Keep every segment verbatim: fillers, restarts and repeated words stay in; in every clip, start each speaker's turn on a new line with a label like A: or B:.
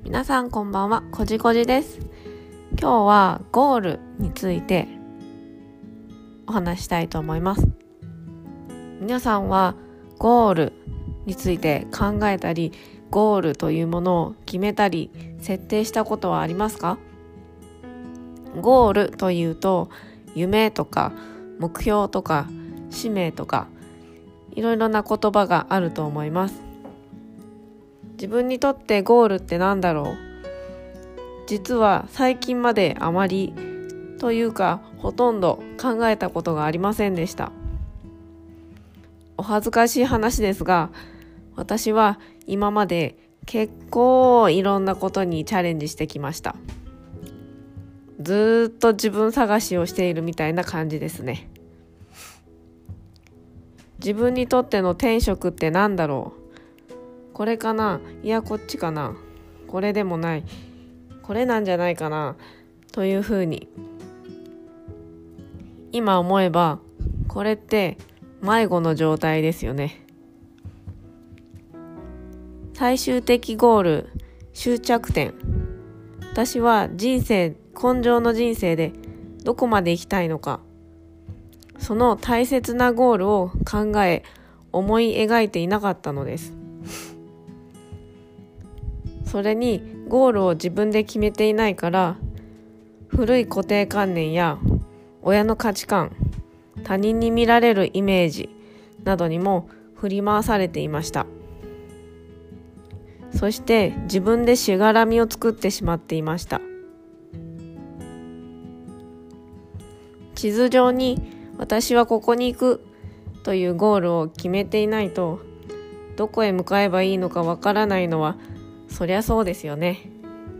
A: 皆さんこんばんは、こじこじです。今日はゴールについてお話したいと思います。皆さんはゴールについて考えたり、ゴールというものを決めたり設定したことはありますか？ゴールというと夢とか目標とか使命とかいろいろな言葉があると思います。自分にとってゴールって何だろう？実は最近まであまりというかほとんど考えたことがありませんでした。お恥ずかしい話ですが、私は今まで結構いろんなことにチャレンジしてきました。ずーっと自分探しをしているみたいな感じですね。自分にとっての天職って何だろう？これかな？いやこっちかな？これでもない。これなんじゃないかな？というふうに今思えばこれって迷子の状態ですよね。最終的ゴール、終着点。私は人生、根性の人生でどこまで行きたいのか、その大切なゴールを考え、思い描いていなかったのです。それにゴールを自分で決めていないから、古い固定観念や親の価値観、他人に見られるイメージなどにも振り回されていました。そして自分でしがらみを作ってしまっていました。地図上に私はここに行くというゴールを決めていないと、どこへ向かえばいいのかわからないのはそりゃそうですよね。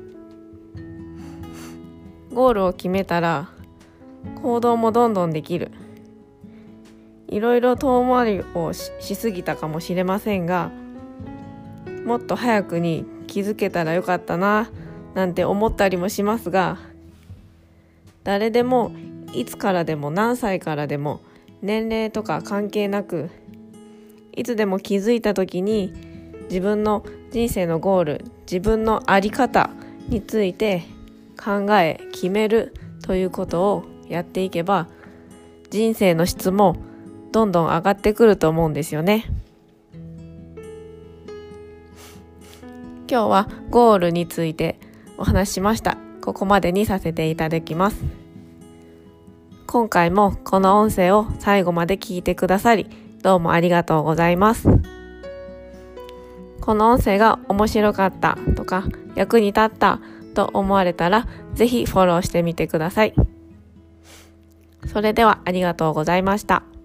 A: ゴールを決めたら行動もどんどんできる。いろいろ遠回りを し, しすぎたかもしれませんが、もっと早くに気づけたらよかったななんて思ったりもしますが、誰でもいつからでも何歳からでも年齢とか関係なく、いつでも気づいた時に自分の人生のゴール、自分の在り方について考え決めるということをやっていけば、人生の質もどんどん上がってくると思うんですよね。今日はゴールについてお話ししました。ここまでにさせていただきます。今回もこの音声を最後まで聞いてくださり、どうもありがとうございます。この音声が面白かったとか役に立ったと思われたら、ぜひフォローしてみてください。それではありがとうございました。